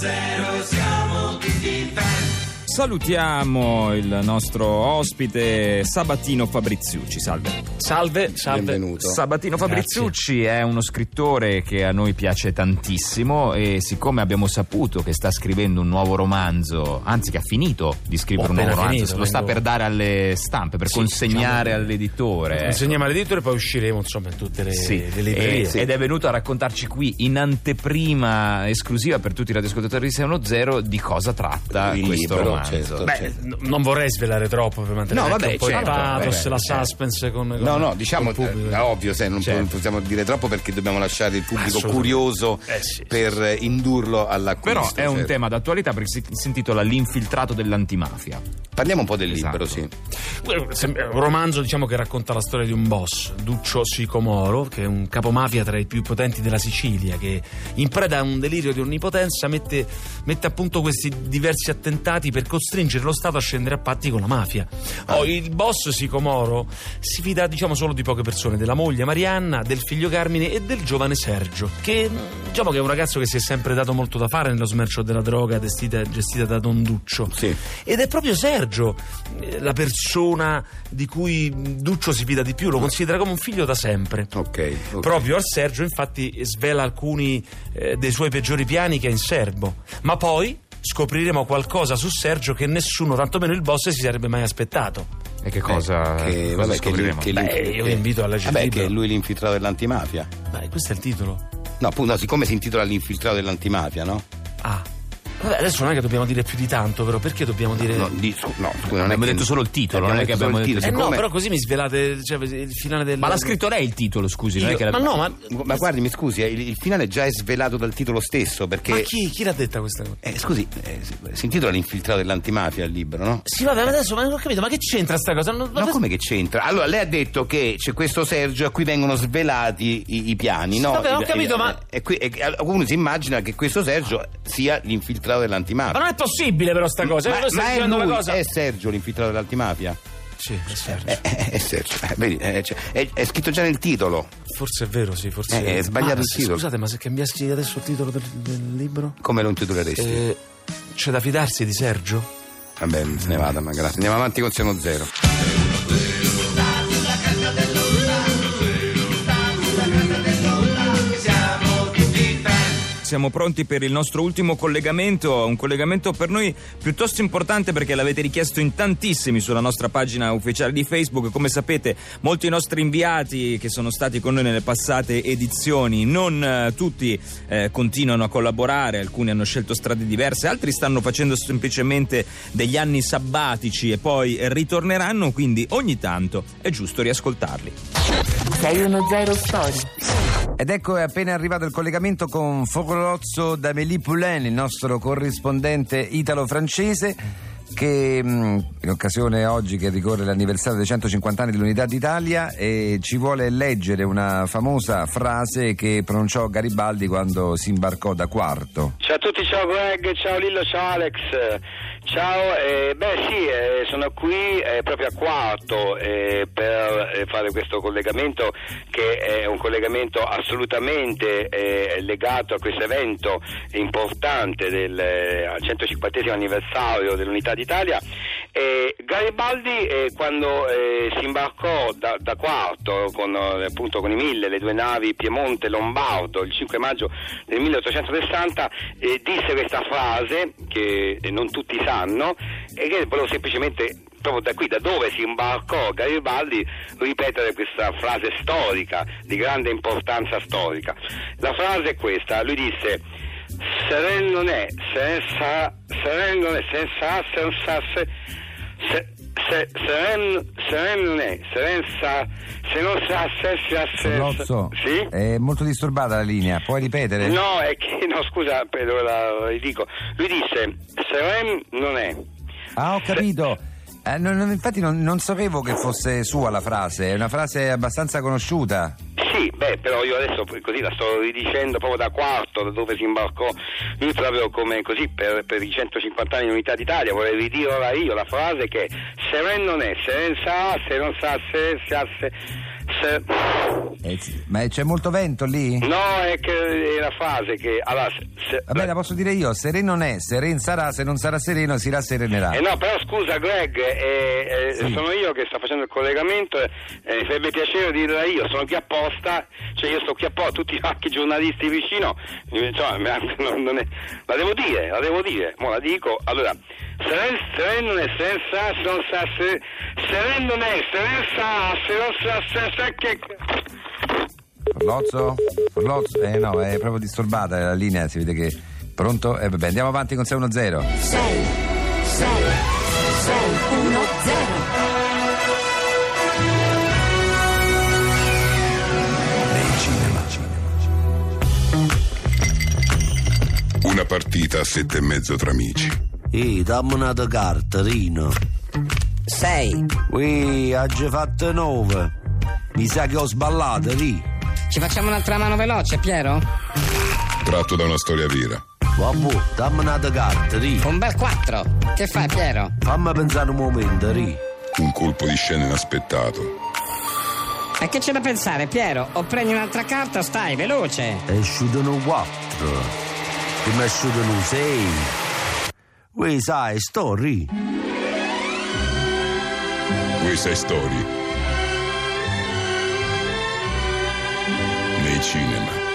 siamo tutti fan. Salutiamo il nostro ospite Sabatino Fabriziucci. Salve. Benvenuto. Sabatino Fabriziucci è uno scrittore che a noi piace tantissimo e siccome abbiamo saputo che sta scrivendo un nuovo romanzo, anzi che ha finito di scrivere un nuovo romanzo, lo sta per dare alle stampe, per consegnare all'editore. Consegniamo all'editore e poi usciremo insomma in tutte le librerie. Ed è venuto a raccontarci qui in anteprima esclusiva per tutti i radioascoltatori di 610 di cosa tratta il questo libro, romanzo. certo. Non vorrei svelare troppo per mantenere un po' il pathos, la suspense con No, diciamo è ovvio, non possiamo dire troppo perché dobbiamo lasciare il pubblico curioso per indurlo all'acquisto. Però è un tema d'attualità perché si intitola L'infiltrato dell'antimafia. Parliamo un po' del libro, sì. Un romanzo, diciamo, che racconta la storia di un boss, Duccio Sicomoro, che è un capomafia tra i più potenti della Sicilia, che in preda a un delirio di onnipotenza mette a punto questi diversi attentati per costringere lo Stato a scendere a patti con la mafia. Il boss Sicomoro si fida, diciamo, solo di poche persone, della moglie Marianna, del figlio Carmine e del giovane Sergio, che diciamo che è un ragazzo che si è sempre dato molto da fare nello smercio della droga gestita da Don Duccio. Sì. Ed è proprio Sergio la persona di cui Duccio si fida di più, lo considera come un figlio da sempre. Okay. Proprio al Sergio infatti svela alcuni dei suoi peggiori piani che è in serbo, ma poi scopriremo qualcosa su Sergio che nessuno, tantomeno il boss, si sarebbe mai aspettato. E che cosa scopriremo? Io vi invito a leggere il libro. Che è lui l'infiltrato dell'antimafia. Questo è il titolo. No, appunto, siccome si intitola L'infiltrato dell'antimafia, no? Vabbè, adesso non è che dobbiamo dire più di tanto, però perché dobbiamo dire... No, scusa, non è abbiamo che detto solo il titolo, non è che abbiamo detto... Siccome... no, però così mi svelate il finale del... Ma l'ha scritto lei il titolo, scusi? Non è che Ma guardi, mi scusi, il finale già è svelato dal titolo stesso, perché... Ma chi l'ha detta questa cosa? Scusi, si intitola L'infiltrato dell'antimafia il libro, no? Sì, vabbè, adesso non ho capito, ma che c'entra sta cosa? No, come che c'entra? Allora, lei ha detto che c'è questo Sergio a cui vengono svelati i piani, no? Vabbè, ho capito, ma... E uno si immagina che questo Sergio sia l'infiltrato dell'antimafia. Ma non è possibile però sta cosa. Ma è lui, è Sergio l'infiltrato dell'antimafia? Sì, è Sergio. È Sergio. Vedi, è scritto già nel titolo. Forse è vero, sì, forse è sbagliato il titolo. Scusate, ma se cambiassi adesso il titolo del libro? Come lo intitoleresti? C'è da fidarsi di Sergio? Vabbè, se ne vada, ma grazie. Andiamo avanti con Siamo Zero. Siamo pronti per il nostro ultimo collegamento, un collegamento per noi piuttosto importante perché l'avete richiesto in tantissimi sulla nostra pagina ufficiale di Facebook. Come sapete, molti nostri inviati che sono stati con noi nelle passate edizioni non tutti continuano a collaborare, alcuni hanno scelto strade diverse, altri stanno facendo semplicemente degli anni sabbatici e poi ritorneranno, quindi ogni tanto è giusto riascoltarli. 610 Story. Ed ecco, è appena arrivato il collegamento con Focolozzo d'Amélie Poulain, il nostro corrispondente italo-francese, che in occasione oggi che ricorre l'anniversario dei 150 anni dell'Unità d'Italia ci vuole leggere una famosa frase che pronunciò Garibaldi quando si imbarcò da Quarto. Ciao a tutti, ciao Greg, ciao Lillo, ciao Alex. Ciao, sono qui proprio a Quarto per fare questo collegamento che è un collegamento assolutamente legato a questo evento importante al 150° anniversario dell'Unità d'Italia. Garibaldi quando si imbarcò da Quarto con i 1000, le due navi Piemonte e Lombardo, il 5 maggio del 1860, disse questa frase che non tutti sanno e che volevo semplicemente, proprio da qui, da dove si imbarcò Garibaldi, ripetere questa frase storica di grande importanza storica. La frase è questa, lui disse: se non Lozzo, sì? È molto disturbata la linea, puoi ripetere? No, è che scusa, la ridico. Lui disse: Seren non è. Ho capito. Infatti non sapevo che fosse sua la frase, è una frase abbastanza conosciuta. Sì, però io adesso così la sto ridicendo proprio da Quarto, da dove si imbarcò lui, proprio come così per i 150 anni dell'Unità d'Italia. Vorrei ridire io la frase che Seren non è, Seren sa, se non sa, se Ma c'è molto vento lì? No, è che è la fase che... Allora, vabbè, la posso dire io, sereno non è, seren sarà, se non sarà sereno si rasserenerà. No, però scusa Greg, sono io che sto facendo il collegamento, mi farebbe piacere dirla io, sono qui apposta, cioè io sto qui apposta, tutti anche i giornalisti vicino, insomma, non è, la devo dire, mo la dico, allora, sereno non è senza, sereno non è senza, che... Forlozzo? No, è proprio disturbata la linea, si vede che... Pronto? Vabbè, andiamo avanti con 610. 6 Una partita a 7,5 tra amici. Dammi una carta, Rino. 6. Ha già fatto 9. Mi sa che ho sballato, Ri. Ci facciamo un'altra mano veloce, Piero? Tratto da una storia vera. Vabbè, dammi una carta, Ri. Un bel 4. Che fai, Piero? Fammi pensare un momento, Ri. Un colpo di scena inaspettato. E che c'è da pensare, Piero? O prendi un'altra carta o stai, veloce. È uscito un 4. Prima è uscito un 6. Sai, story. Sai storie. Nei cinema.